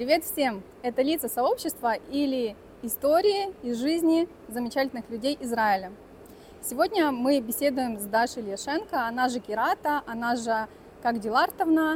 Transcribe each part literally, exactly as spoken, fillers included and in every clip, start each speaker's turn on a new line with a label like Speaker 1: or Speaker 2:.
Speaker 1: Привет всем! Это лица сообщества или истории из жизни замечательных людей Израиля. Сегодня мы беседуем с Дашей Ляшенко, она же Кирата, она же Как Дилартовна.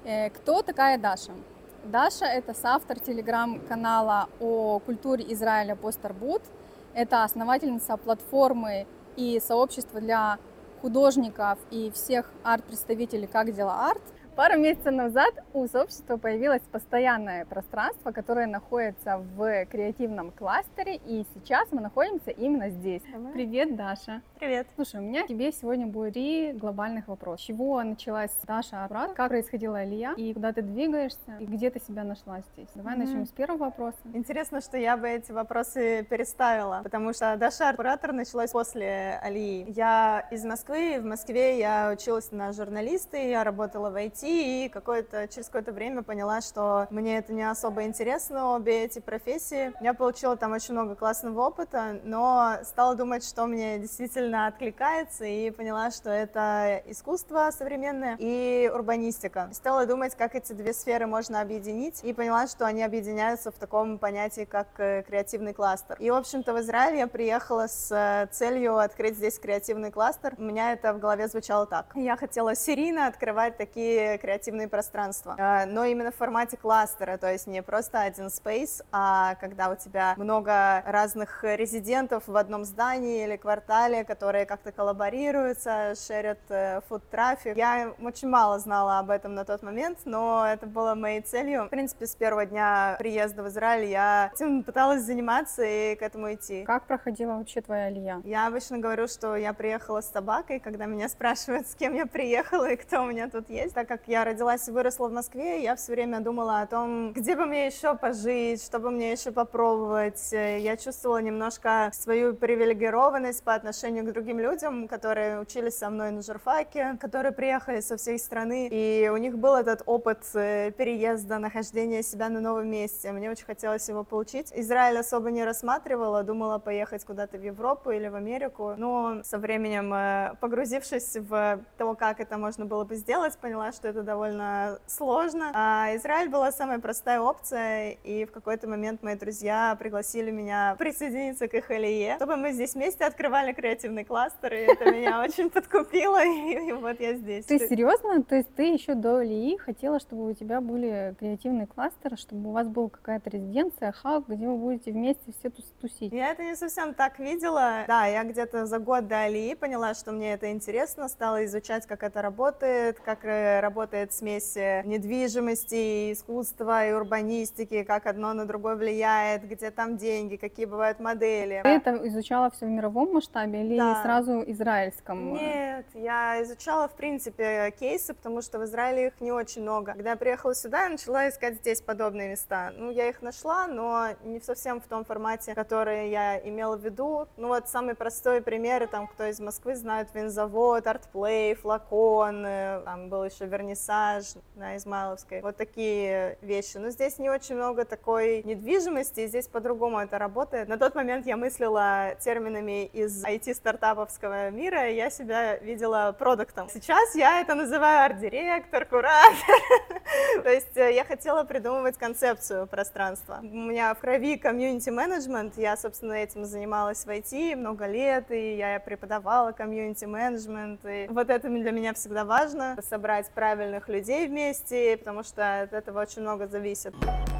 Speaker 1: Кто такая Даша? Даша – это соавтор телеграм-канала о культуре Израиля «Постарбут». Это основательница платформы и сообщества для художников и всех арт-представителей «Как дела арт». Пару месяцев назад у сообщества появилось постоянное пространство, которое находится в креативном кластере, и сейчас мы находимся именно здесь.
Speaker 2: Давай.
Speaker 1: Привет, Даша!
Speaker 2: Привет!
Speaker 1: Слушай, у меня к тебе сегодня будет три глобальных вопроса. С чего началась Даша обратно, как происходила Алия, и куда ты двигаешься, и где ты себя нашла здесь? Давай mm-hmm. начнем с первого вопроса.
Speaker 2: Интересно, что я бы эти вопросы переставила, потому что Даша куратор началась после Алии. Я из Москвы, в Москве я училась на журналиста, я работала в ай ти, и какое-то, через какое-то время поняла, что мне это не особо интересно, обе эти профессии. Я получила там очень много классного опыта, но стала думать, что мне действительно откликается, и поняла, что это искусство современное и урбанистика. Стала думать, как эти две сферы можно объединить, и поняла, что они объединяются в таком понятии, как креативный кластер. И, в общем-то, в Израиль я приехала с целью открыть здесь креативный кластер. У меня это в голове звучало так. Я хотела серийно открывать такие креативные пространства, но именно в формате кластера, то есть не просто один спейс, а когда у тебя много разных резидентов в одном здании или квартале, которые как-то коллаборируются, шерят фуд-трафик. Я очень мало знала об этом на тот момент, но это было моей целью. В принципе, с первого дня приезда в Израиль я этим пыталась заниматься и к этому идти.
Speaker 1: Как проходила вообще твоя Алия?
Speaker 2: Я обычно говорю, что я приехала с собакой, когда меня спрашивают, с кем я приехала и кто у меня тут есть. Так как я родилась и выросла в Москве, я все время думала о том, где бы мне еще пожить, что бы мне еще попробовать. Я чувствовала немножко свою привилегированность по отношению к другим людям, которые учились со мной на журфаке, которые приехали со всей страны, и у них был этот опыт переезда, нахождения себя на новом месте. Мне очень хотелось его получить. Израиль особо не рассматривала, думала поехать куда-то в Европу или в Америку, но со временем, погрузившись в то, как это можно было бы сделать, поняла, что это довольно сложно. А Израиль была самая простая опция, и в какой-то момент мои друзья пригласили меня присоединиться к их Алие, чтобы мы здесь вместе открывали креативный кластер, и это меня очень подкупило, и вот я здесь.
Speaker 1: Ты серьезно? То есть ты еще до Алии хотела, чтобы у тебя были креативные кластеры, чтобы у вас была какая-то резиденция, хаб, где вы будете вместе все тусить?
Speaker 2: Я это не совсем так видела. Да, я где-то за год до Алии поняла, что мне это интересно, стала изучать, как это работает, как работает смесь недвижимости, искусства и урбанистики, как одно на другое влияет, где там деньги, какие бывают модели.
Speaker 1: Ты это изучала все в мировом масштабе или
Speaker 2: да.
Speaker 1: сразу израильском?
Speaker 2: Нет, я изучала, в принципе, кейсы, потому что в Израиле их не очень много. Когда я приехала сюда, я начала искать здесь подобные места. Ну, я их нашла, но не совсем в том формате, который я имела в виду. Ну, вот самый простой пример, там, кто из Москвы знает, Винзавод, Артплей, Флакон, там был еще вернисаж на Измайловской. Вот такие вещи. Но здесь не очень много такой недвижимости, и здесь по-другому это работает. На тот момент я мыслила терминами из ай ти-стартаповского мира, и я себя видела продуктом. Сейчас я это называю арт-директор, куратор. То есть я хотела придумывать концепцию пространства. У меня в крови комьюнити-менеджмент, я, собственно, этим занималась в ай ти много лет, и я преподавала комьюнити-менеджмент, и вот это для меня всегда важно, собрать правильных людей вместе, потому что от этого очень много зависит.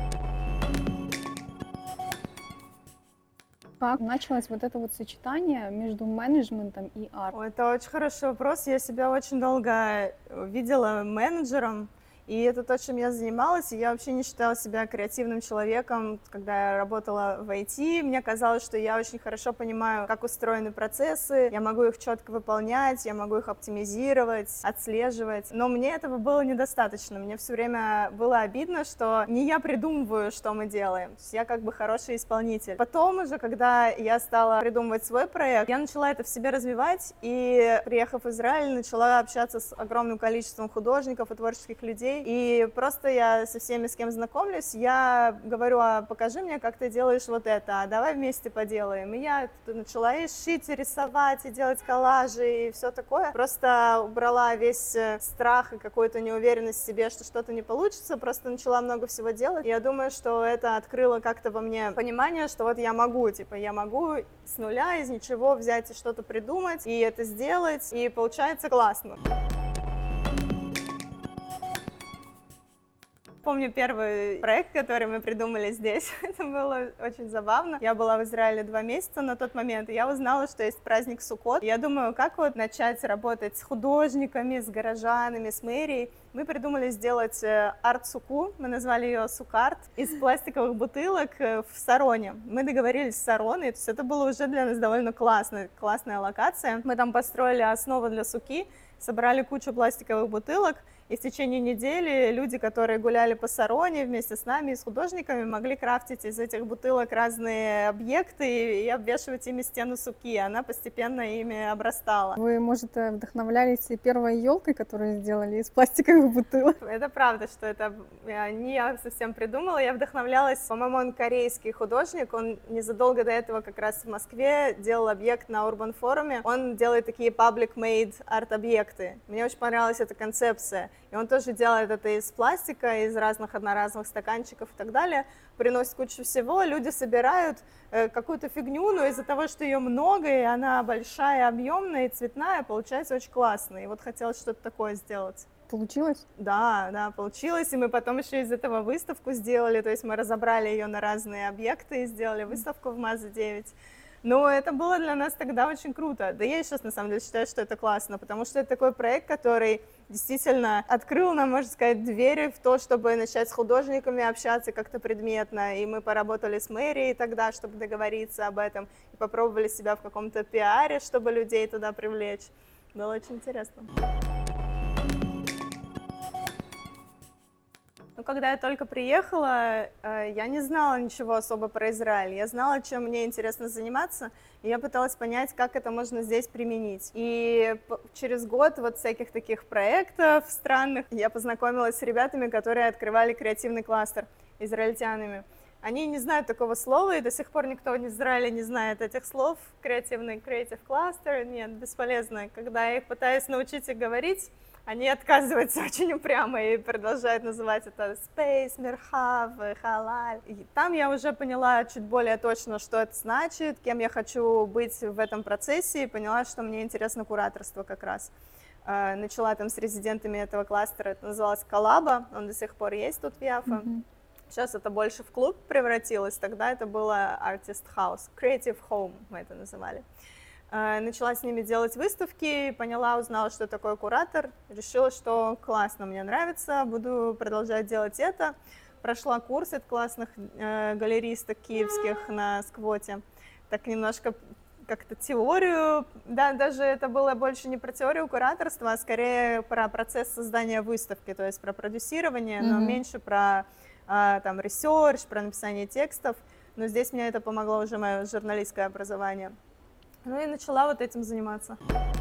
Speaker 1: Как началось вот это вот сочетание между менеджментом и арт?
Speaker 2: Это очень хороший вопрос. Я себя очень долго видела менеджером, и это то, чем я занималась, и я вообще не считала себя креативным человеком, когда я работала в ай ти. Мне казалось, что я очень хорошо понимаю, как устроены процессы, я могу их четко выполнять, я могу их оптимизировать, отслеживать, но мне этого было недостаточно. Мне все время было обидно, что не я придумываю, что мы делаем, то есть я как бы хороший исполнитель. Потом уже, когда я стала придумывать свой проект, я начала это в себе развивать, и, приехав в Израиль, начала общаться с огромным количеством художников и творческих людей, людей, и просто я со всеми, с кем знакомлюсь, я говорю, а покажи мне, как ты делаешь вот это, а давай вместе поделаем. И я начала и шить, и рисовать, и делать коллажи, и все такое. Просто убрала весь страх и какую-то неуверенность в себе, что что-то не получится, просто начала много всего делать. И я думаю, что это открыло как-то во мне понимание, что вот я могу, типа, я могу с нуля, из ничего взять и что-то придумать, и это сделать, и получается классно. Помню первый проект, который мы придумали здесь. Это было очень забавно. Я была в Израиле два месяца на тот момент, и я узнала, что есть праздник Суккот. Я думаю, как вот начать работать с художниками, с горожанами, с мэрией. Мы придумали сделать арт-суку, мы назвали ее сукарт, из пластиковых бутылок в Сароне. Мы договорились с Сароной, то есть это было уже для нас довольно классно, классная локация. Мы там построили основу для суки, собрали кучу пластиковых бутылок, и в течение недели люди, которые гуляли по Сароне вместе с нами и с художниками, могли крафтить из этих бутылок разные объекты и обвешивать ими стену суки. Она постепенно ими обрастала.
Speaker 1: Вы, может, вдохновлялись и первой елкой, которую сделали из пластиковых бутылок?
Speaker 2: Это правда, что это не я совсем придумала. Я вдохновлялась, по-моему, он корейский художник. Он незадолго до этого как раз в Москве делал объект на Urban форуме. Он делает такие public-made арт-объекты. Мне очень понравилась эта концепция. И он тоже делает это из пластика, из разных одноразовых стаканчиков и так далее. Приносит кучу всего, люди собирают э, какую-то фигню, но из-за того, что ее много, и она большая, объемная и цветная, получается очень классно. И вот хотелось что-то такое сделать.
Speaker 1: Получилось?
Speaker 2: Да, да, получилось. И мы потом еще из этого выставку сделали, то есть мы разобрали ее на разные объекты и сделали выставку в МАЗа девять. Но это было для нас тогда очень круто. Да я и сейчас, на самом деле, считаю, что это классно, потому что это такой проект, который действительно открыл нам, можно сказать, двери в то, чтобы начать с художниками общаться как-то предметно. И мы поработали с мэрией тогда, чтобы договориться об этом, и попробовали себя в каком-то пиаре, чтобы людей туда привлечь. Было очень интересно. Ну, когда я только приехала, я не знала ничего особо про Израиль. Я знала, чем мне интересно заниматься, и я пыталась понять, как это можно здесь применить. И через год вот всяких таких проектов странных я познакомилась с ребятами, которые открывали креативный кластер, израильтянами. Они не знают такого слова, и до сих пор никто в Израиле не знает этих слов. Креативный creative cluster, нет, бесполезно. Когда я их пытаюсь научить их говорить, они отказываются очень упрямо и продолжают называть это space, мерхав, халаль. И там я уже поняла чуть более точно, что это значит, кем я хочу быть в этом процессе, и поняла, что мне интересно кураторство как раз. Начала там с резидентами этого кластера, это называлось Коллаба, он до сих пор есть тут в Яффа. Mm-hmm. Сейчас это больше в клуб превратилось, тогда это было Artist House, Creative Home мы это называли. Начала с ними делать выставки, поняла, узнала, что такое куратор, решила, что классно, мне нравится, буду продолжать делать это. Прошла курс от классных э, галеристок киевских на сквоте, так немножко как-то теорию, да, даже это было больше не про теорию кураторства, а скорее про процесс создания выставки, то есть про продюсирование, mm-hmm. но меньше про э, там ресерч, про написание текстов, но здесь мне это помогло уже мое журналистское образование. Ну и начала вот этим заниматься.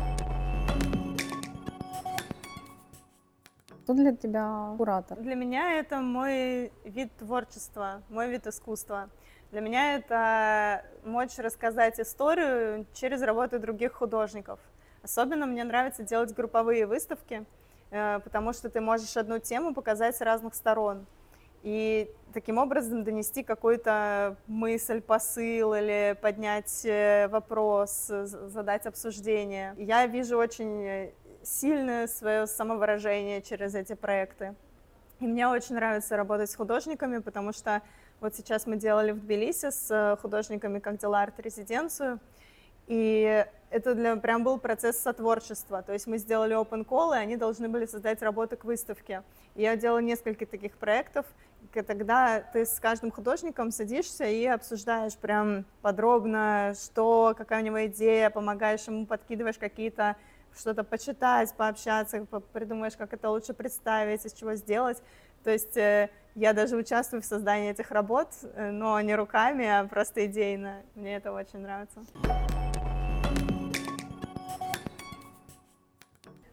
Speaker 1: Что для тебя куратор?
Speaker 2: Для меня это мой вид творчества, мой вид искусства. Для меня это мочь рассказать историю через работу других художников. Особенно мне нравится делать групповые выставки, потому что ты можешь одну тему показать с разных сторон. И таким образом донести какую-то мысль, посыл или поднять вопрос, задать обсуждение. Я вижу очень сильное свое самовыражение через эти проекты. И мне очень нравится работать с художниками, потому что вот сейчас мы делали в Тбилиси с художниками «Как дела? Арт-резиденцию». И это для, прям был процесс сотворчества. То есть мы сделали open call, и они должны были создать работы к выставке. И я делала несколько таких проектов, когда ты с каждым художником садишься и обсуждаешь прям подробно, что, какая у него идея, помогаешь ему, подкидываешь какие-то, что-то почитать, пообщаться, придумаешь, как это лучше представить, из чего сделать. То есть я даже участвую в создании этих работ, но не руками, а просто идейно. Мне это очень нравится.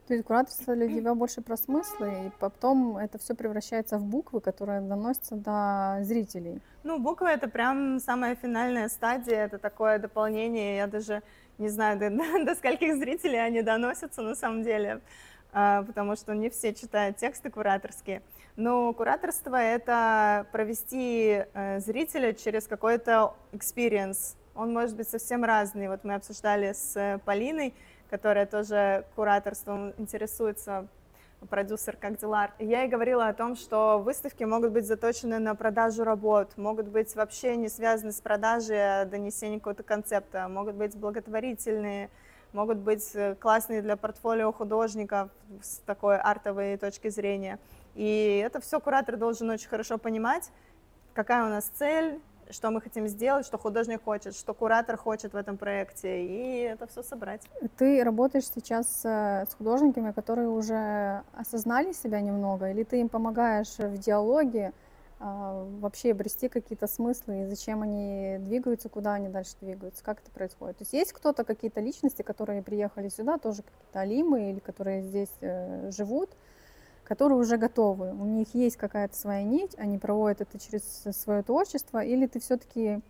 Speaker 1: То есть кураторство для тебя больше про смыслы, и потом это все превращается в буквы, которые доносятся до зрителей.
Speaker 2: Ну, буквы — это прям самая финальная стадия, это такое дополнение, я даже не знаю, до, до скольких зрителей они доносятся на самом деле, потому что не все читают тексты кураторские. Но кураторство — это провести зрителя через какой-то experience. Он может быть совсем разный. Вот мы обсуждали с Полиной, которая тоже кураторством интересуется, продюсер «Как дела?». Я ей говорила о том, что выставки могут быть заточены на продажу работ, могут быть вообще не связаны с продажей, а донесением какого-то концепта, могут быть благотворительные, могут быть классные для портфолио художников с такой артовой точки зрения. И это все куратор должен очень хорошо понимать, какая у нас цель, что мы хотим сделать, что художник хочет, что куратор хочет в этом проекте, и это все собрать.
Speaker 1: Ты работаешь сейчас с художниками, которые уже осознали себя немного, или ты им помогаешь в диалоге вообще обрести какие-то смыслы, и зачем они двигаются, куда они дальше двигаются, как это происходит? То есть есть кто-то, какие-то личности, которые приехали сюда, тоже какие-то алимы, или которые здесь живут, которые уже готовы, у них есть какая-то своя нить, они проводят это через свое творчество, или ты все-таки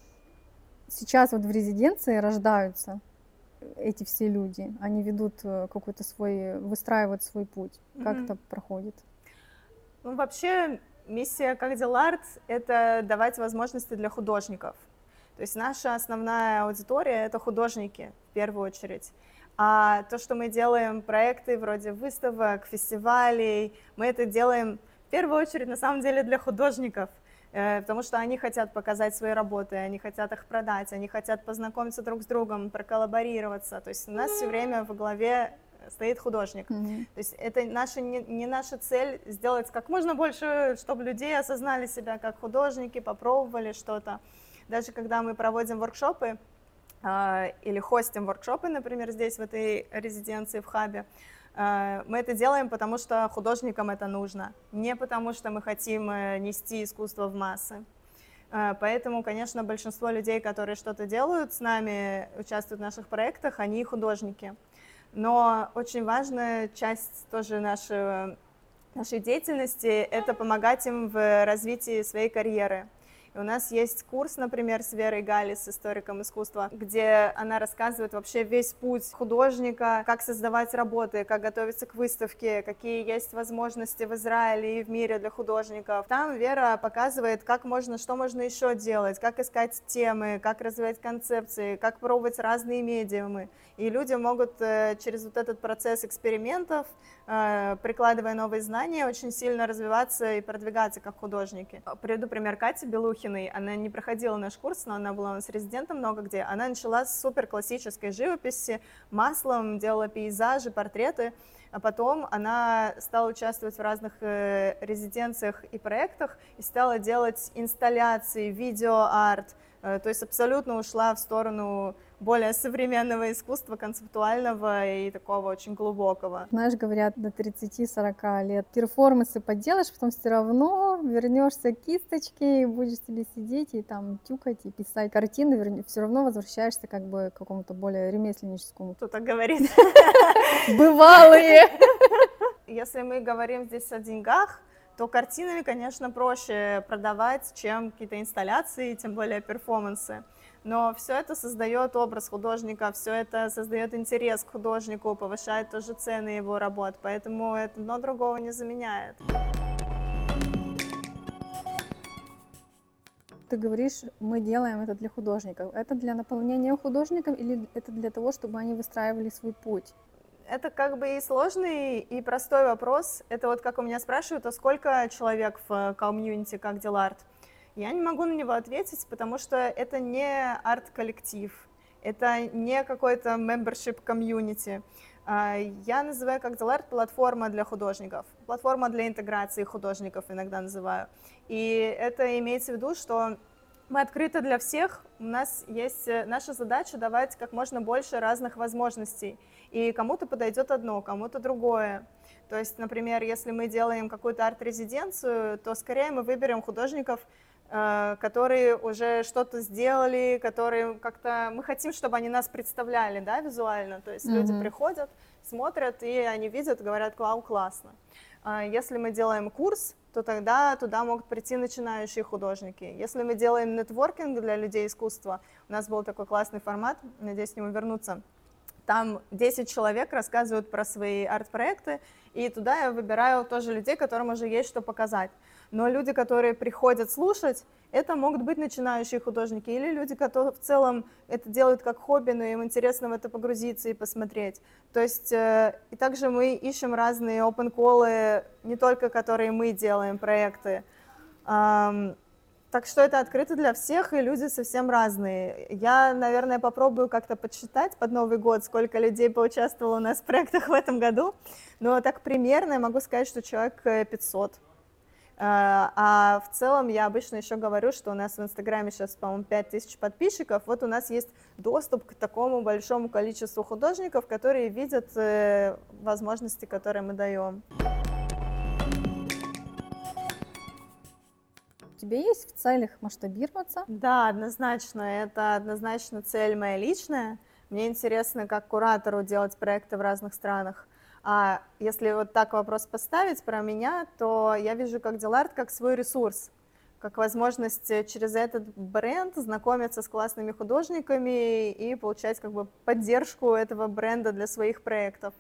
Speaker 1: сейчас вот в резиденции рождаются эти все люди, они ведут какой-то свой, выстраивают свой путь, как mm-hmm. это проходит?
Speaker 2: Ну, вообще, миссия «Как дела арт» — это давать возможности для художников. То есть наша основная аудитория — это художники, в первую очередь. А то, что мы делаем проекты вроде выставок, фестивалей, мы это делаем в первую очередь на самом деле для художников, потому что они хотят показать свои работы, они хотят их продать, они хотят познакомиться друг с другом, проколлаборироваться. То есть у нас все время во главе стоит художник. Mm-hmm. То есть это наша, не, не наша цель сделать как можно больше, чтобы людей осознали себя как художники, попробовали что-то. Даже когда мы проводим воркшопы, или хостим воркшопы, например, здесь, в этой резиденции, в хабе, мы это делаем, потому что художникам это нужно, не потому что мы хотим нести искусство в массы. Поэтому, конечно, большинство людей, которые что-то делают с нами, участвуют в наших проектах, они художники. Но очень важная часть тоже нашей, нашей деятельности — это помогать им в развитии своей карьеры. И у нас есть курс, например, с Верой Галис, историком искусства, где она рассказывает вообще весь путь художника, как создавать работы, как готовиться к выставке, какие есть возможности в Израиле и в мире для художников. Там Вера показывает, как можно, что можно еще делать, как искать темы, как развивать концепции, как пробовать разные медиумы. И люди могут через вот этот процесс экспериментов, прикладывая новые знания, очень сильно развиваться и продвигаться как художники. Приведу пример Кати Белухиной. Она не проходила наш курс, но она была у нас резидентом много где. Она начала с супер классической живописи, маслом, делала пейзажи, портреты. А потом она стала участвовать в разных э, резиденциях и проектах и стала делать инсталляции, видеоарт. Э, то есть абсолютно ушла в сторону более современного искусства, концептуального и такого очень глубокого.
Speaker 1: Знаешь, говорят, до тридцати-сорока лет перформансы поделаешь, потом все равно вернешься к кисточке и будешь себе сидеть и там тюкать и писать картины, все равно возвращаешься как бы к какому-то более ремесленническому.
Speaker 2: Кто так говорит?
Speaker 1: Бывалые!
Speaker 2: Если мы говорим здесь о деньгах, то картинами, конечно, проще продавать, чем какие-то инсталляции, тем более перформансы. Но все это создает образ художника, все это создает интерес к художнику, повышает тоже цены его работ, поэтому это одно другого не заменяет.
Speaker 1: Ты говоришь, мы делаем это для художников. Это для наполнения художников или это для того, чтобы они выстраивали свой путь?
Speaker 2: Это как бы и сложный, и простой вопрос. Это вот как у меня спрашивают, а сколько человек в комьюнити «Как дела арт?» Я не могу на него ответить, потому что это не арт-коллектив, это не какой-то membership community. Я называю «Как дела арт» платформа для художников, платформа для интеграции художников иногда называю. И это имеется в виду, что мы открыты для всех, у нас есть наша задача давать как можно больше разных возможностей. И кому-то подойдет одно, кому-то другое. То есть, например, если мы делаем какую-то арт-резиденцию, то скорее мы выберем художников, которые уже что-то сделали, которые как-то... Мы хотим, чтобы они нас представляли, да, визуально. То есть mm-hmm. люди приходят, смотрят, и они видят, говорят: вау, классно. Если мы делаем курс, то тогда туда могут прийти начинающие художники. Если мы делаем нетворкинг для людей искусства, у нас был такой классный формат, надеюсь, к нему вернуться, там десять человек рассказывают про свои арт-проекты, и туда я выбираю тоже людей, которым уже есть что показать. Но люди, которые приходят слушать, это могут быть начинающие художники или люди, которые в целом это делают как хобби, но им интересно в это погрузиться и посмотреть. То есть э, и также мы ищем разные open-call'ы, не только которые мы делаем проекты. Эм, так что это открыто для всех, и люди совсем разные. Я, наверное, попробую как-то подсчитать под Новый год, сколько людей поучаствовало у нас в проектах в этом году. Но так примерно я могу сказать, что человек пятьсот. А в целом я обычно еще говорю, что у нас в Инстаграме сейчас, по-моему, пять тысяч подписчиков. Вот у нас есть доступ к такому большому количеству художников, которые видят возможности, которые мы даем.
Speaker 1: У тебя есть в целях масштабироваться?
Speaker 2: Да, однозначно. Это однозначно цель моя личная. Мне интересно, как куратору делать проекты в разных странах. А если вот так вопрос поставить про меня, то я вижу как Деларт как свой ресурс, как возможность через этот бренд знакомиться с классными художниками и получать как бы поддержку этого бренда для своих проектов.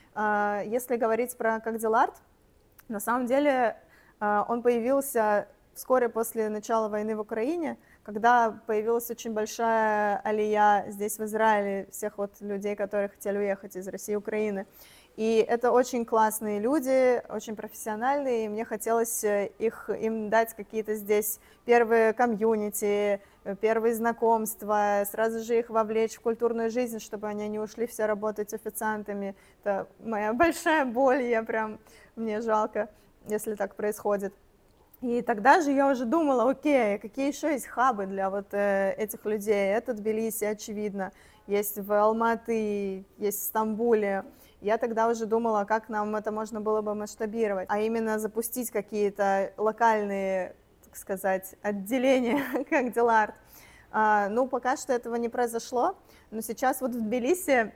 Speaker 2: Если говорить про как Деларт, на самом деле он появился вскоре после начала войны в Украине, когда появилась очень большая алия здесь в Израиле всех вот людей, которые хотели уехать из России и Украины. И это очень классные люди, очень профессиональные, и мне хотелось их, им дать какие-то здесь первые комьюнити, первые знакомства, сразу же их вовлечь в культурную жизнь, чтобы они не ушли все работать официантами. Это моя большая боль, я прям, мне жалко, если так происходит. И тогда же я уже думала, окей, какие еще есть хабы для вот э, этих людей. Это Тбилиси, очевидно, есть в Алматы, есть в Стамбуле. Я тогда уже думала, как нам это можно было бы масштабировать, а именно запустить какие-то локальные, так сказать, отделения, как Деларт. А, ну, пока что этого не произошло, но сейчас вот в Тбилиси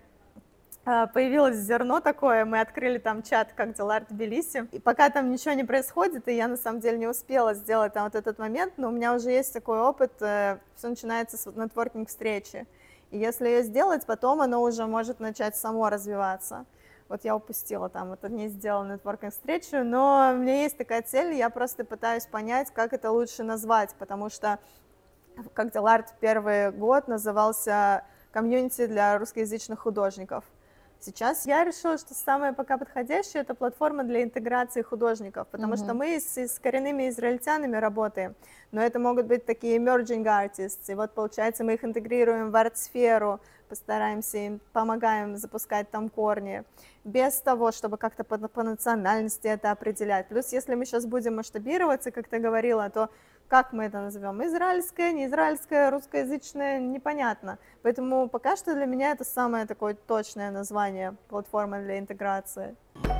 Speaker 2: появилось зерно такое, мы открыли там чат как Деларт Тбилиси, и пока там ничего не происходит, и я на самом деле не успела сделать там вот этот момент, но у меня уже есть такой опыт, все начинается с нетворкинг-встречи, и если ее сделать, потом оно уже может начать само развиваться. Вот я упустила там, вот не сделала нетворкинг-встречу, но у меня есть такая цель, я просто пытаюсь понять, как это лучше назвать, потому что как Деларт первый год назывался комьюнити для русскоязычных художников. Сейчас я решила, что самое пока подходящее — это платформа для интеграции художников, потому mm-hmm. что мы с, с коренными израильтянами работаем, но это могут быть такие emerging artists, и вот получается мы их интегрируем в арт-сферу, постараемся им, помогаем запускать там корни, без того, чтобы как-то по, по национальности это определять. Плюс, если мы сейчас будем масштабироваться, как ты говорила, то как мы это назовем? Израильское, неизраильское, русскоязычное, непонятно. Поэтому пока что для меня это самое такое точное название платформы для интеграции.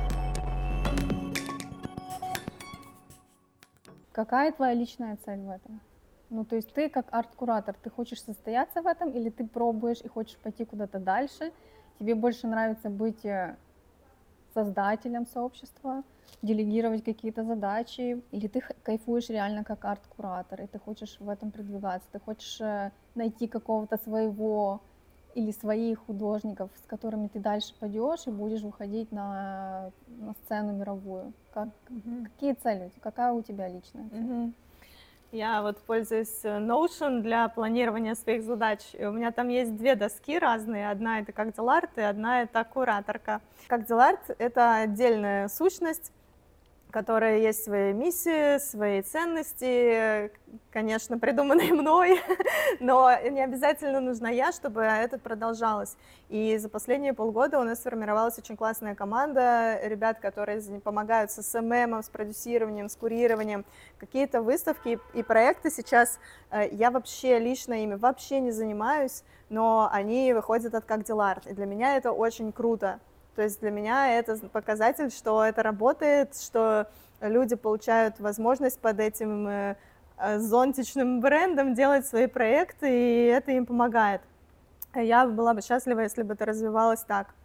Speaker 1: Какая твоя личная цель в этом? Ну, то есть ты как арт-куратор, ты хочешь состояться в этом, или ты пробуешь и хочешь пойти куда-то дальше? Тебе больше нравится быть создателем сообщества, делегировать какие-то задачи, или ты кайфуешь реально как арт-куратор, и ты хочешь в этом продвигаться, ты хочешь найти какого-то своего или своих художников, с которыми ты дальше пойдешь и будешь выходить на, на сцену мировую. Как, mm-hmm. Какие цели? Какая у тебя личная цель?
Speaker 2: Mm-hmm. Я вот пользуюсь Notion для планирования своих задач. И у меня там есть две доски разные. Одна — это как Деларт, и одна — это кураторка. Как Деларт — это отдельная сущность, которая есть свои миссии, свои ценности, конечно, придуманные мной, но не обязательно нужна я, чтобы это продолжалось. И за последние полгода у нас сформировалась очень классная команда ребят, которые помогают с эс эм эм, с продюсированием, с курированием. Какие-то выставки и проекты сейчас я вообще лично ими вообще не занимаюсь, но они выходят от как Деларт, и для меня это очень круто. То есть для меня это показатель, что это работает, что люди получают возможность под этим зонтичным брендом делать свои проекты, и это им помогает. Я была бы счастлива, если бы это развивалось так.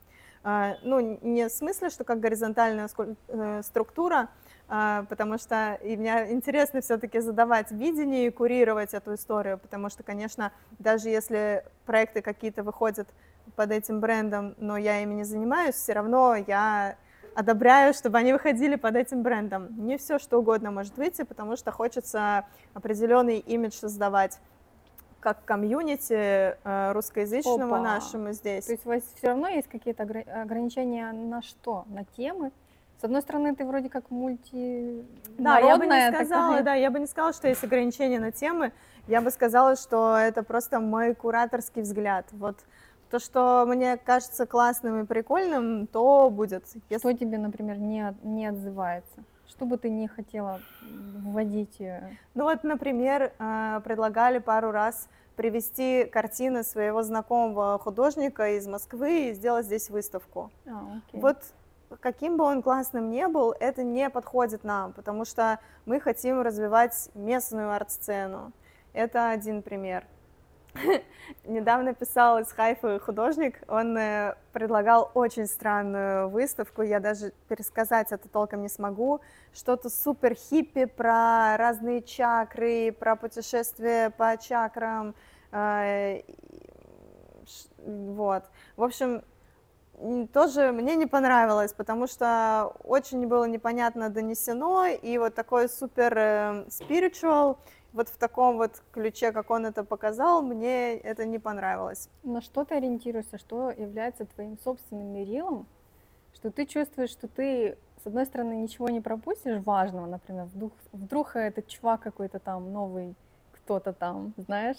Speaker 2: А, ну, не в смысле, что как горизонтальная скуль- э, структура, а, потому что и мне интересно все-таки задавать видение и курировать эту историю, потому что, конечно, даже если проекты какие-то выходят под этим брендом, но я ими не занимаюсь, все равно я одобряю, чтобы они выходили под этим брендом. Не все, что угодно может выйти, потому что хочется определенный имидж создавать как комьюнити э, русскоязычному
Speaker 1: Опа.
Speaker 2: нашему здесь.
Speaker 1: То есть у вас все равно есть какие-то огра- ограничения на что? На темы? С одной стороны, ты вроде как мультинародная
Speaker 2: Да, я бы не
Speaker 1: такая.
Speaker 2: сказала, да, я бы не сказала, что есть ограничения на темы. Я бы сказала, что это просто мой кураторский взгляд. Вот то, что мне кажется классным и прикольным, то будет. Если-
Speaker 1: Что тебе, например, не, от- не отзывается? Что бы ты не хотела вводить? э,
Speaker 2: Ну вот, например, э, предлагали пару раз привезти картины своего знакомого художника из Москвы и сделать здесь выставку.
Speaker 1: А, окей.
Speaker 2: Вот каким бы он классным ни был, это не подходит нам, потому что мы хотим развивать местную арт-сцену. Это один пример. Недавно писал из Хайфы художник, он э, предлагал очень странную выставку, я даже пересказать это толком не смогу, что-то супер хиппи про разные чакры, про путешествие по чакрам, э, ш- вот. В общем, м, тоже мне не понравилось, потому что очень было непонятно донесено, и вот такой супер э, spiritual, вот в таком вот ключе, как он это показал, мне это не понравилось.
Speaker 1: На что ты ориентируешься, что является твоим собственным мерилом, что ты чувствуешь, что ты, с одной стороны, ничего не пропустишь важного, например, вдруг, вдруг этот чувак какой-то там новый, кто-то там, знаешь,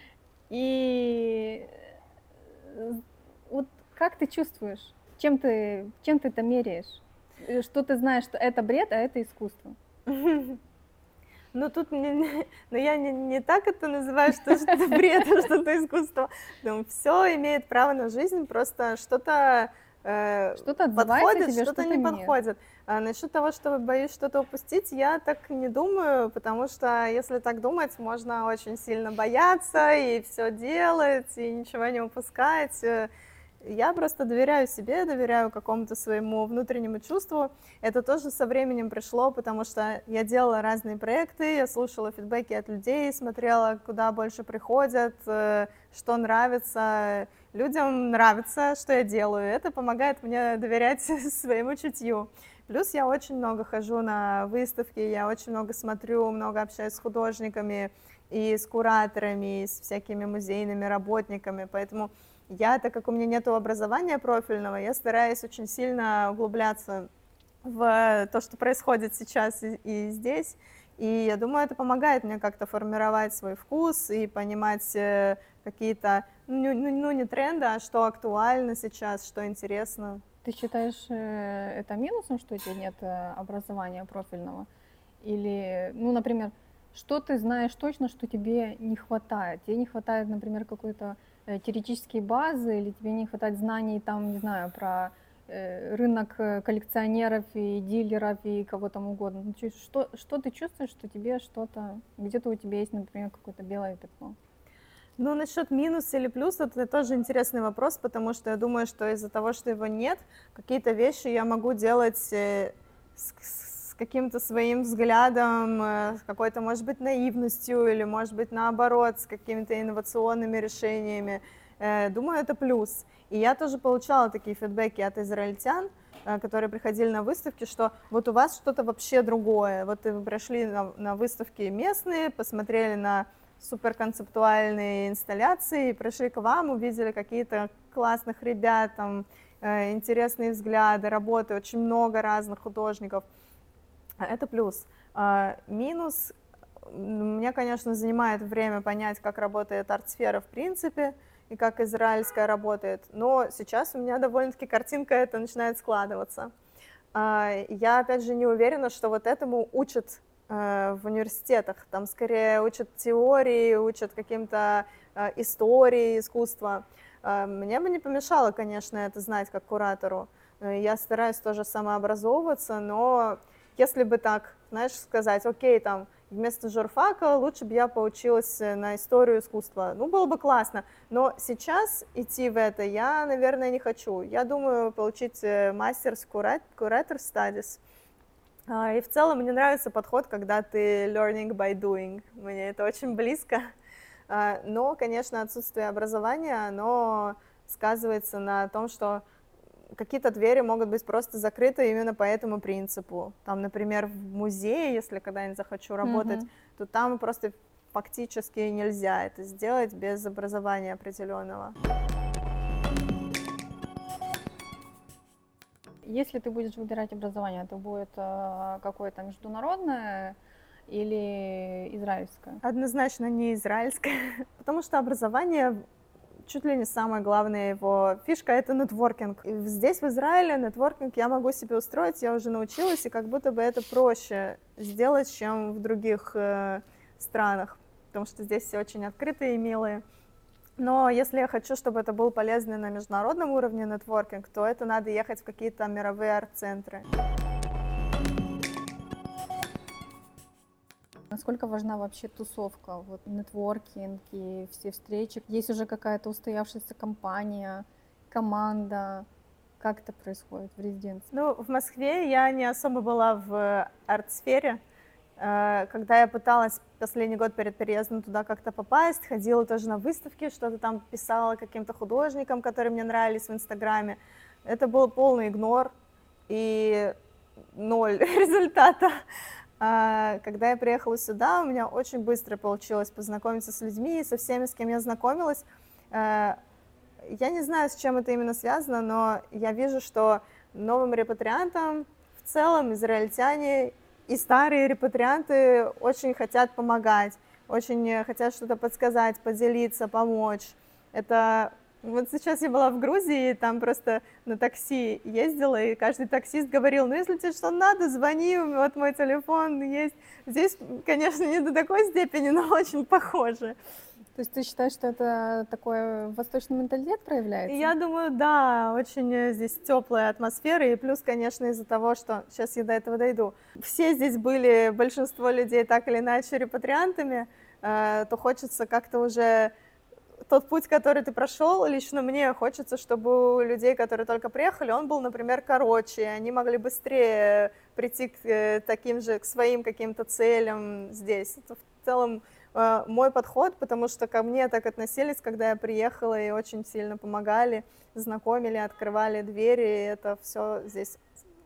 Speaker 1: и э, вот как ты чувствуешь, чем ты, чем ты это меряешь, Э, что ты знаешь, что это бред, а это искусство.
Speaker 2: Ну, тут мне, не- но я не, не так это называю, что это бред, а что-то искусство. Все имеет право на жизнь, просто что-то э,
Speaker 1: Что-то отзывается
Speaker 2: подходит,
Speaker 1: тебе,
Speaker 2: что-то
Speaker 1: что-то
Speaker 2: не
Speaker 1: нет.
Speaker 2: подходит. А насчет того, что боюсь что-то упустить, я так не думаю, потому что если так думать, можно очень сильно бояться и все делать, и ничего не упускать. Э, Я просто доверяю себе, доверяю какому-то своему внутреннему чувству. Это тоже со временем пришло, потому что я делала разные проекты, я слушала фидбэки от людей, смотрела, куда больше приходят, э, что нравится. Людям нравится, что я делаю. Это помогает мне доверять своему чутью. Плюс я очень много хожу на выставки, я очень много смотрю, много общаюсь с художниками и с кураторами, и с всякими музейными работниками, поэтому я, так как у меня нет образования профильного, я стараюсь очень сильно углубляться в то, что происходит сейчас и, и здесь. И я думаю, это помогает мне как-то формировать свой вкус и понимать э, какие-то, ну, ну, ну не тренды, а что актуально сейчас, что интересно.
Speaker 1: Ты считаешь э, это минусом, что у тебя нет э, образования профильного? Или, ну, например, что ты знаешь точно, что тебе не хватает? Тебе не хватает, например, какой-то э, теоретической базы, или тебе не хватает знаний, там, не знаю, про э, рынок э, коллекционеров и дилеров и кого там угодно. Ну, чё- что, что ты чувствуешь, что тебе что-то, где-то у тебя есть, например, какое-то белое пятно?
Speaker 2: Ну, насчет минус или плюс, это тоже интересный вопрос, потому что я думаю, что из-за того, что его нет, какие-то вещи я могу делать э, с, с каким-то своим взглядом, э, с какой-то, может быть, наивностью или, может быть, наоборот, с какими-то инновационными решениями. Э, Думаю, это плюс. И я тоже получала такие фидбэки от израильтян, э, которые приходили на выставки, что вот у вас что-то вообще другое. Вот вы пришли на, на выставки местные, посмотрели на суперконцептуальные инсталляции, пришли к вам, увидели какие-то классных ребят, там, э, интересные взгляды, работы, очень много разных художников. Это плюс. А, минус, мне, конечно, занимает время понять, как работает арт-сфера в принципе, и как израильская работает, но сейчас у меня довольно-таки картинка эта начинает складываться. А, я, опять же, не уверена, что вот этому учат в университетах, там скорее учат теории, учат каким-то э, истории искусства. Э, мне бы не помешало, конечно, это знать как куратору. Э, я стараюсь тоже самообразовываться, но если бы так, знаешь, сказать, окей, там, вместо журфака лучше бы я поучилась на историю искусства. Ну, было бы классно. Но сейчас идти в это я, наверное, не хочу. Я думаю получить мастер с Curator Studies. И в целом мне нравится подход, когда ты learning by doing. Мне это очень близко. Но, конечно, отсутствие образования, оно сказывается на том, что какие-то двери могут быть просто закрыты именно по этому принципу. Там, например, в музее, если когда-нибудь захочу работать, mm-hmm. то там просто фактически нельзя это сделать без образования определенного.
Speaker 1: Если ты будешь выбирать образование, это будет э, какое-то международное или израильское?
Speaker 2: Однозначно не израильское, потому что образование чуть ли не самая главная его фишка — это нетворкинг. И здесь, в Израиле, нетворкинг я могу себе устроить, я уже научилась, и как будто бы это проще сделать, чем в других э, странах, потому что здесь все очень открытые и милые. Но если я хочу, чтобы это был полезный на международном уровне нетворкинг, то это надо ехать в какие-то мировые арт-центры.
Speaker 1: Насколько важна вообще тусовка, вот нетворкинг и все встречи? Есть уже какая-то устоявшаяся компания, команда? Как это происходит в резиденции?
Speaker 2: Ну, в Москве я не особо была в арт-сфере. Когда я пыталась последний год перед переездом туда как-то попасть, ходила тоже на выставки, что-то там писала каким-то художникам, которые мне нравились в Инстаграме. Это был полный игнор и ноль результата. А когда я приехала сюда, у меня очень быстро получилось познакомиться с людьми, со всеми, с кем я знакомилась. Я не знаю, с чем это именно связано, но я вижу, что новым репатриантам в целом израильтяне и старые репатрианты очень хотят помогать, очень хотят что-то подсказать, поделиться, помочь. Это вот сейчас я была в Грузии, там просто на такси ездила, и каждый таксист говорил: ну, если тебе что надо, звони, вот мой телефон есть. Здесь, конечно, не до такой степени, но очень похоже.
Speaker 1: То есть ты считаешь, что это такой восточный менталитет проявляется?
Speaker 2: Я думаю, да, очень здесь теплая атмосфера, и плюс, конечно, из-за того, что, сейчас я до этого дойду, все здесь были, большинство людей так или иначе репатриантами, то хочется как-то уже тот путь, который ты прошел, лично мне хочется, чтобы у людей, которые только приехали, он был, например, короче, они могли быстрее прийти к таким же, к своим каким-то целям здесь. Это в целом мой подход, потому что ко мне так относились, когда я приехала, и очень сильно помогали, знакомили, открывали двери, и это все здесь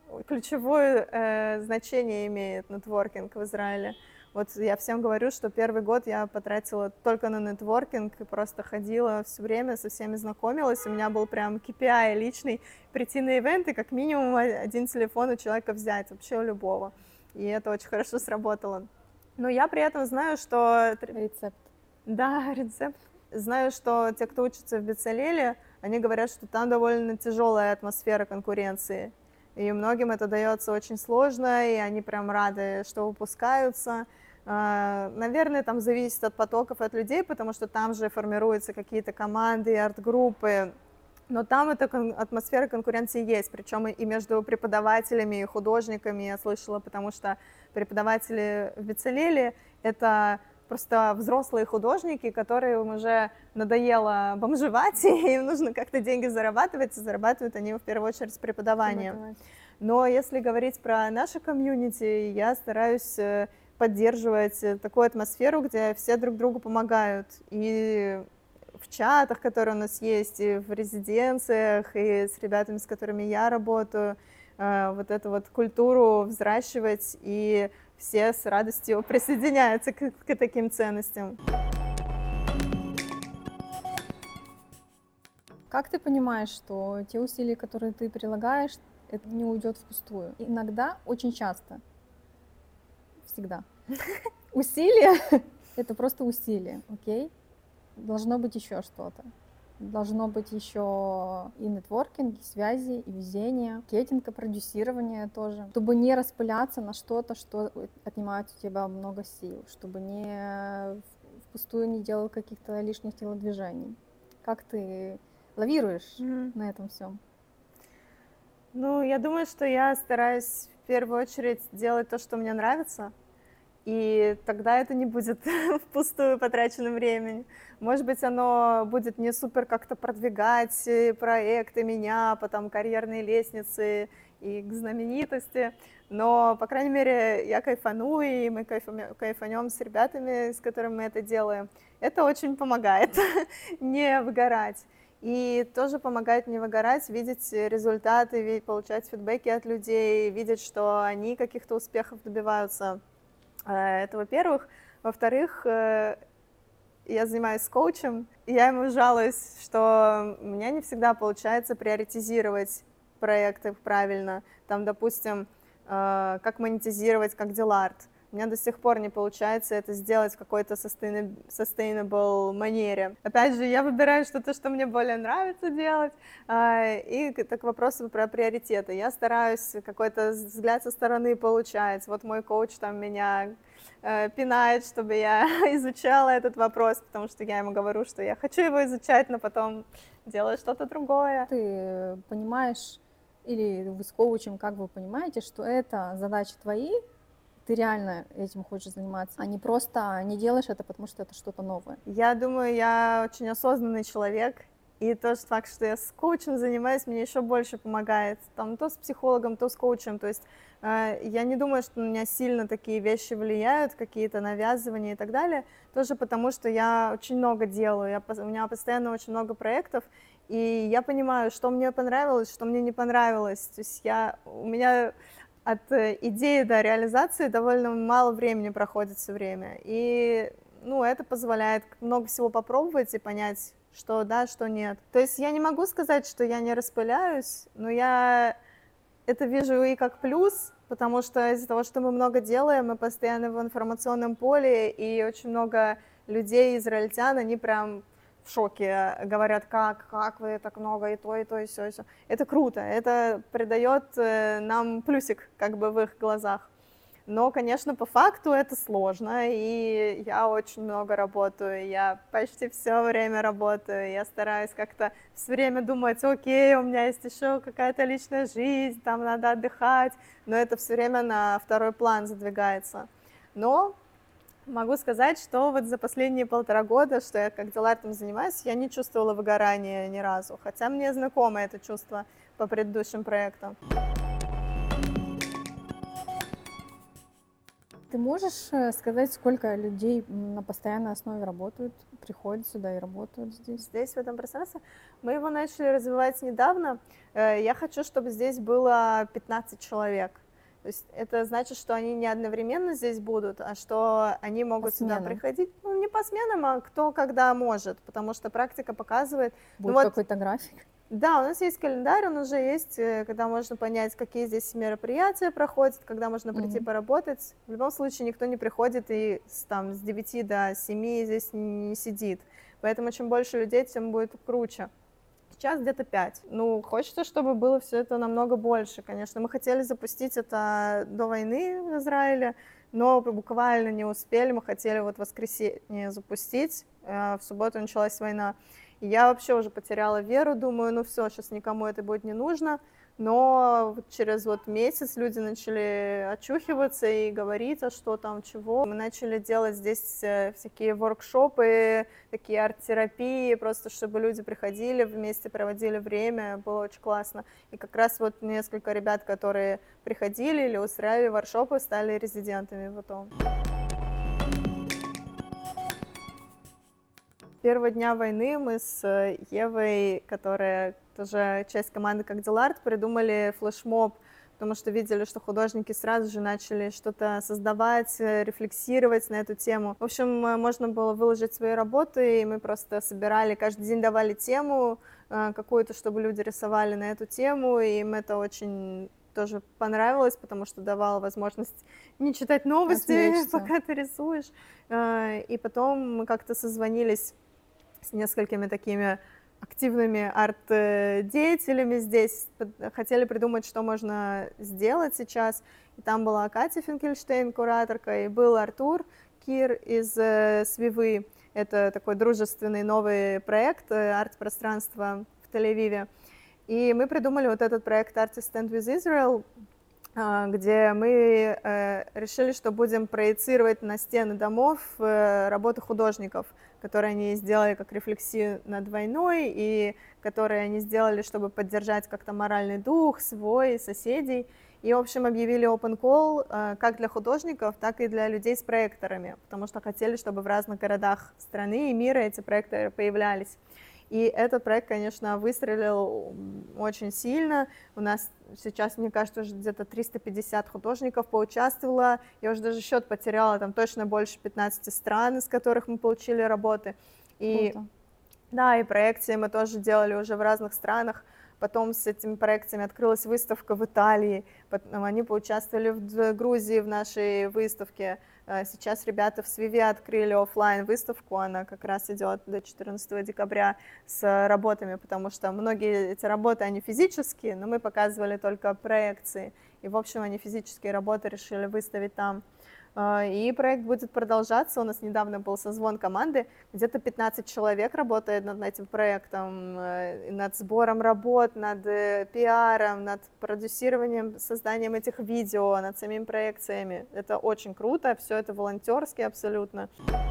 Speaker 2: ключевое э, значение имеет нетворкинг в Израиле. Вот я всем говорю, что первый год я потратила только на нетворкинг, и просто ходила все время, со всеми знакомилась, у меня был прям кей пи ай личный, прийти на ивенты, как минимум один телефон у человека взять, вообще у любого, и это очень хорошо сработало. Но я при этом знаю, что...
Speaker 1: Рецепт.
Speaker 2: Да, рецепт. Знаю, что те, кто учится в Бецалеле, они говорят, что там довольно тяжелая атмосфера конкуренции. И многим это дается очень сложно, и они прям рады, что выпускаются. Наверное, там зависит от потоков, от людей, потому что там же формируются какие-то команды, арт-группы. Но там эта атмосфера конкуренции есть, причем и между преподавателями и художниками я слышала, потому что преподаватели в Бецалеле — это просто взрослые художники, которым уже надоело бомжевать, и им нужно как-то деньги зарабатывать, и зарабатывают они в первую очередь с преподаванием. Но если говорить про наше комьюнити, я стараюсь поддерживать такую атмосферу, где все друг другу помогают, и в чатах, которые у нас есть, и в резиденциях, и с ребятами, с которыми я работаю, вот эту вот культуру взращивать, и все с радостью присоединяются к, к таким ценностям.
Speaker 1: Как ты понимаешь, что те усилия, которые ты прилагаешь, это не уйдет впустую? Иногда, очень часто, всегда. Усилия — это просто усилия, окей? Должно быть еще что-то. Должно быть еще и нетворкинг, и связи, и везение, маркетинг, и продюсирование тоже. Чтобы не распыляться на что-то, что отнимает у тебя много сил, чтобы не впустую не делал каких-то лишних телодвижений. Как ты лавируешь mm-hmm. на этом всем?
Speaker 2: Ну, я думаю, что я стараюсь в первую очередь делать то, что мне нравится, и тогда это не будет впустую потраченным временем. Может быть, оно будет не супер как-то продвигать э, проекты меня, потом карьерные лестницы и к знаменитости, но, по крайней мере, я кайфану, и мы кайфанем, кайфанем с ребятами, с которыми мы это делаем. Это очень помогает не выгорать. И тоже помогает не выгорать, видеть результаты, видеть, получать фидбэки от людей, видеть, что они каких-то успехов добиваются. Это, во-первых. Во-вторых, я занимаюсь коучем, и я ему жалуюсь, что у меня не всегда получается приоритизировать проекты правильно. Там, допустим, как монетизировать, как Деларт. У меня до сих пор не получается это сделать в какой-то sustainable манере. Опять же, я выбираю что-то, что мне более нравится делать. И это к вопросу про приоритеты. Я стараюсь какой-то взгляд со стороны получать. Вот мой коуч там меня пинает, чтобы я изучала этот вопрос, потому что я ему говорю, что я хочу его изучать, но потом делаю что-то другое.
Speaker 1: Ты понимаешь, или вы с коучем, как вы понимаете, что это задачи твои, ты реально этим хочешь заниматься, а не просто не делаешь это, потому что это что-то новое?
Speaker 2: Я думаю, я очень осознанный человек, и тот факт, что я с коучем занимаюсь, мне еще больше помогает. Там то с психологом, то с коучем. То есть э, я не думаю, что на меня сильно такие вещи влияют, какие-то навязывания и так далее. Тоже потому, что я очень много делаю, я, у меня постоянно очень много проектов, и я понимаю, что мне понравилось, что мне не понравилось. То есть я, у меня от идеи до реализации довольно мало времени проходит все время. И ну, это позволяет много всего попробовать и понять, что да, что нет. То есть я не могу сказать, что я не распыляюсь, но я это вижу и как плюс, потому что из-за того, что мы много делаем, мы постоянно в информационном поле, и очень много людей, израильтян, они прям в шоке, говорят, как, как вы так много, и то, и то, и все, и все. Это круто, это придает нам плюсик как бы в их глазах. Но, конечно, по факту это сложно, и я очень много работаю, я почти все время работаю, я стараюсь как-то все время думать, окей, у меня есть еще какая-то личная жизнь, там надо отдыхать, но это все время на второй план задвигается. Но могу сказать, что вот за последние полтора года, что я как Делартом занимаюсь, я не чувствовала выгорания ни разу, хотя мне знакомо это чувство по предыдущим проектам.
Speaker 1: Ты можешь сказать, сколько людей на постоянной основе работают, приходят сюда и работают здесь?
Speaker 2: Здесь, в этом пространстве. Мы его начали развивать недавно. Я хочу, чтобы здесь было пятнадцать человек. То есть это значит, что они не одновременно здесь будут, а что они могут сюда приходить. Ну, не по сменам, а кто когда может, потому что практика показывает...
Speaker 1: Будет
Speaker 2: ну, вот,
Speaker 1: какой-то график?
Speaker 2: Да, у нас есть календарь, он уже есть, когда можно понять, какие здесь мероприятия проходят, когда можно прийти mm-hmm. поработать. В любом случае никто не приходит и там, с девяти до семи здесь не сидит. Поэтому чем больше людей, тем будет круче. Сейчас где-то пять. Ну, хочется, чтобы было все это намного больше, конечно. Мы хотели запустить это до войны в Израиле, но буквально не успели. Мы хотели вот в воскресенье запустить, в субботу началась война. И я вообще уже потеряла веру, думаю, ну все, сейчас никому это будет не нужно. Но через вот месяц люди начали очухиваться и говорить, а что там, чего. Мы начали делать здесь всякие воркшопы, такие арт-терапии, просто чтобы люди приходили, вместе проводили время, было очень классно. И как раз вот несколько ребят, которые приходили или устраивали воркшопы, стали резидентами потом. Первого дня войны мы с Евой, которая тоже часть команды как Деларт, придумали флешмоб, потому что видели, что художники сразу же начали что-то создавать, рефлексировать на эту тему. В общем, можно было выложить свои работы, и мы просто собирали, каждый день давали тему какую-то, чтобы люди рисовали на эту тему, и им это очень тоже понравилось, потому что давала возможность не читать новости, отвлечься, пока ты рисуешь. И потом мы как-то созвонились с несколькими такими активными арт-деятелями здесь, хотели придумать, что можно сделать сейчас. И там была Катя Финкельштейн, кураторка, и был Артур Кир из Свивы. Это такой дружественный новый проект арт-пространства в Тель-Авиве. И мы придумали вот этот проект Artist Stand with Israel, где мы решили, что будем проецировать на стены домов работы художников, которые они сделали как рефлексию над войной и которые они сделали, чтобы поддержать как-то моральный дух свой, соседей. И, в общем, объявили open call как для художников, так и для людей с проекторами, потому что хотели, чтобы в разных городах страны и мира эти проекторы появлялись. И этот проект, конечно, выстрелил очень сильно. У нас сейчас, мне кажется, уже где-то триста пятьдесят художников поучаствовало. Я уже даже счет потеряла, там точно больше пятнадцати стран, из которых мы получили работы. И, да, и проекции мы тоже делали уже в разных странах. Потом с этими проекциями открылась выставка в Италии, они поучаствовали в Грузии в нашей выставке. Сейчас ребята в Свиве открыли офлайн выставку, она как раз идет до четырнадцатого декабря с работами, потому что многие эти работы, они физические, но мы показывали только проекции. И, в общем, они физические работы решили выставить там. И проект будет продолжаться. У нас недавно был созвон команды, где-то пятнадцать человек работает над этим проектом, над сбором работ, над пиаром, над продюсированием, созданием этих видео, над самими проекциями. Это очень круто, все это волонтерски абсолютно.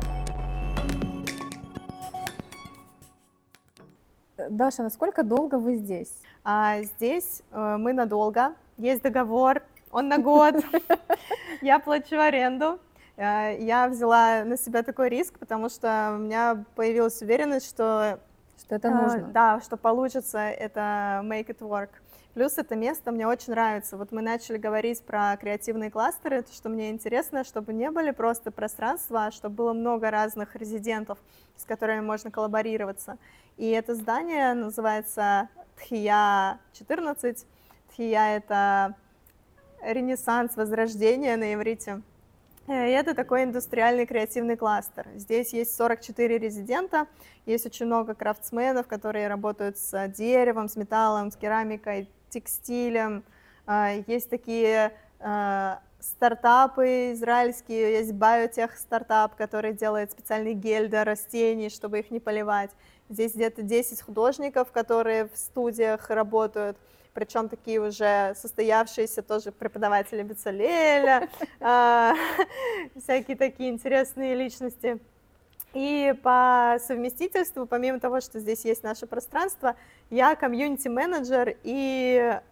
Speaker 1: Даша, насколько долго вы здесь?
Speaker 2: А здесь мы надолго, есть договор. Он на год, я плачу аренду, я взяла на себя такой риск, потому что у меня появилась уверенность, что,
Speaker 1: что это нужно.
Speaker 2: Да, что получится это make it work. Плюс это место мне очень нравится. Вот мы начали говорить про креативные кластеры, то, что мне интересно, чтобы не были просто пространства, а чтобы было много разных резидентов, с которыми можно коллаборироваться. И это здание называется Тхия четырнадцать. Тхия — это Ренессанс, возрождение на иврите. И это такой индустриальный креативный кластер. Здесь есть сорок четыре резидента, есть очень много крафтсменов, которые работают с деревом, с металлом, с керамикой, текстилем. Есть такие стартапы израильские, есть биотех стартап, который делает специальный гель для растений, чтобы их не поливать. Здесь где-то десять художников, которые в студиях работают. Причем такие уже состоявшиеся тоже преподаватели Бецалеля, всякие такие интересные личности. И по совместительству, помимо того, что здесь есть наше пространство, я комьюнити-менеджер и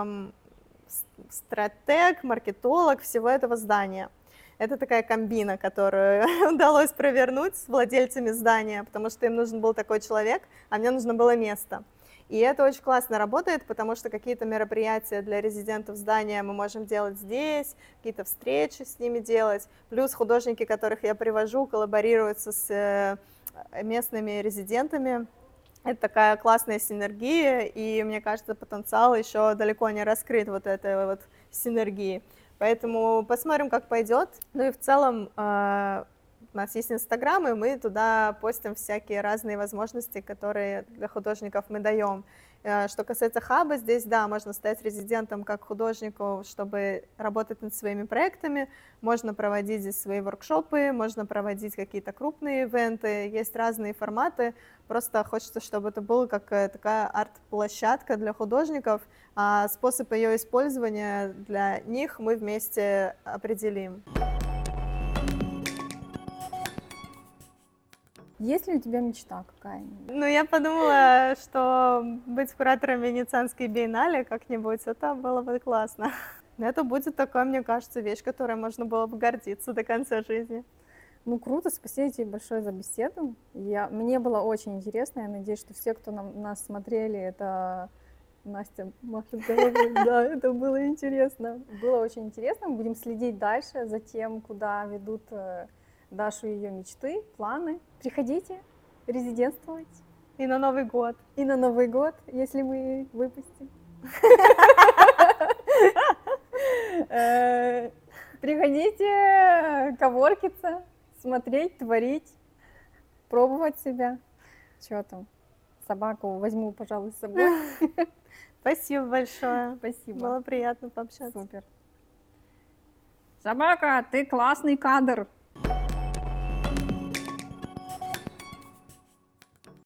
Speaker 2: стратег, маркетолог всего этого здания. Это такая комбина, которую удалось провернуть с владельцами здания, потому что им нужен был такой человек, а мне нужно было место. И это очень классно работает, потому что какие-то мероприятия для резидентов здания мы можем делать здесь, какие-то встречи с ними делать. Плюс художники, которых я привожу, коллаборируются с местными резидентами. Это такая классная синергия, и мне кажется, потенциал еще далеко не раскрыт вот этой вот синергии. Поэтому посмотрим, как пойдет. Ну и в целом у нас есть Инстаграм, и мы туда постим всякие разные возможности, которые для художников мы даем. Что касается хаба, здесь, да, можно стать резидентом как художнику, чтобы работать над своими проектами, можно проводить здесь свои воркшопы, можно проводить какие-то крупные ивенты, есть разные форматы, просто хочется, чтобы это была как такая арт-площадка для художников, а способ ее использования для них мы вместе определим.
Speaker 1: Есть ли у тебя мечта какая-нибудь?
Speaker 2: Ну, я подумала, что быть куратором Венецианской биеннале как-нибудь, это было бы классно. Это будет такая, мне кажется, вещь, которой можно было бы гордиться до конца жизни.
Speaker 1: Ну, круто, спасибо тебе большое за беседу. Я, мне было очень интересно, я надеюсь, что все, кто нам, нас смотрели, это... Настя машет головой, да, это было интересно. Было очень интересно, мы будем следить дальше за тем, куда ведут Дашу ее мечты, планы. Приходите резидентствовать.
Speaker 2: И на Новый год.
Speaker 1: И на Новый год, если мы выпустим. Приходите коворкиться, смотреть, творить, пробовать себя. Что там? Собаку возьму, пожалуй, с собой.
Speaker 2: Спасибо большое.
Speaker 1: Спасибо.
Speaker 2: Было приятно пообщаться.
Speaker 1: Супер. Собака, ты классный кадр.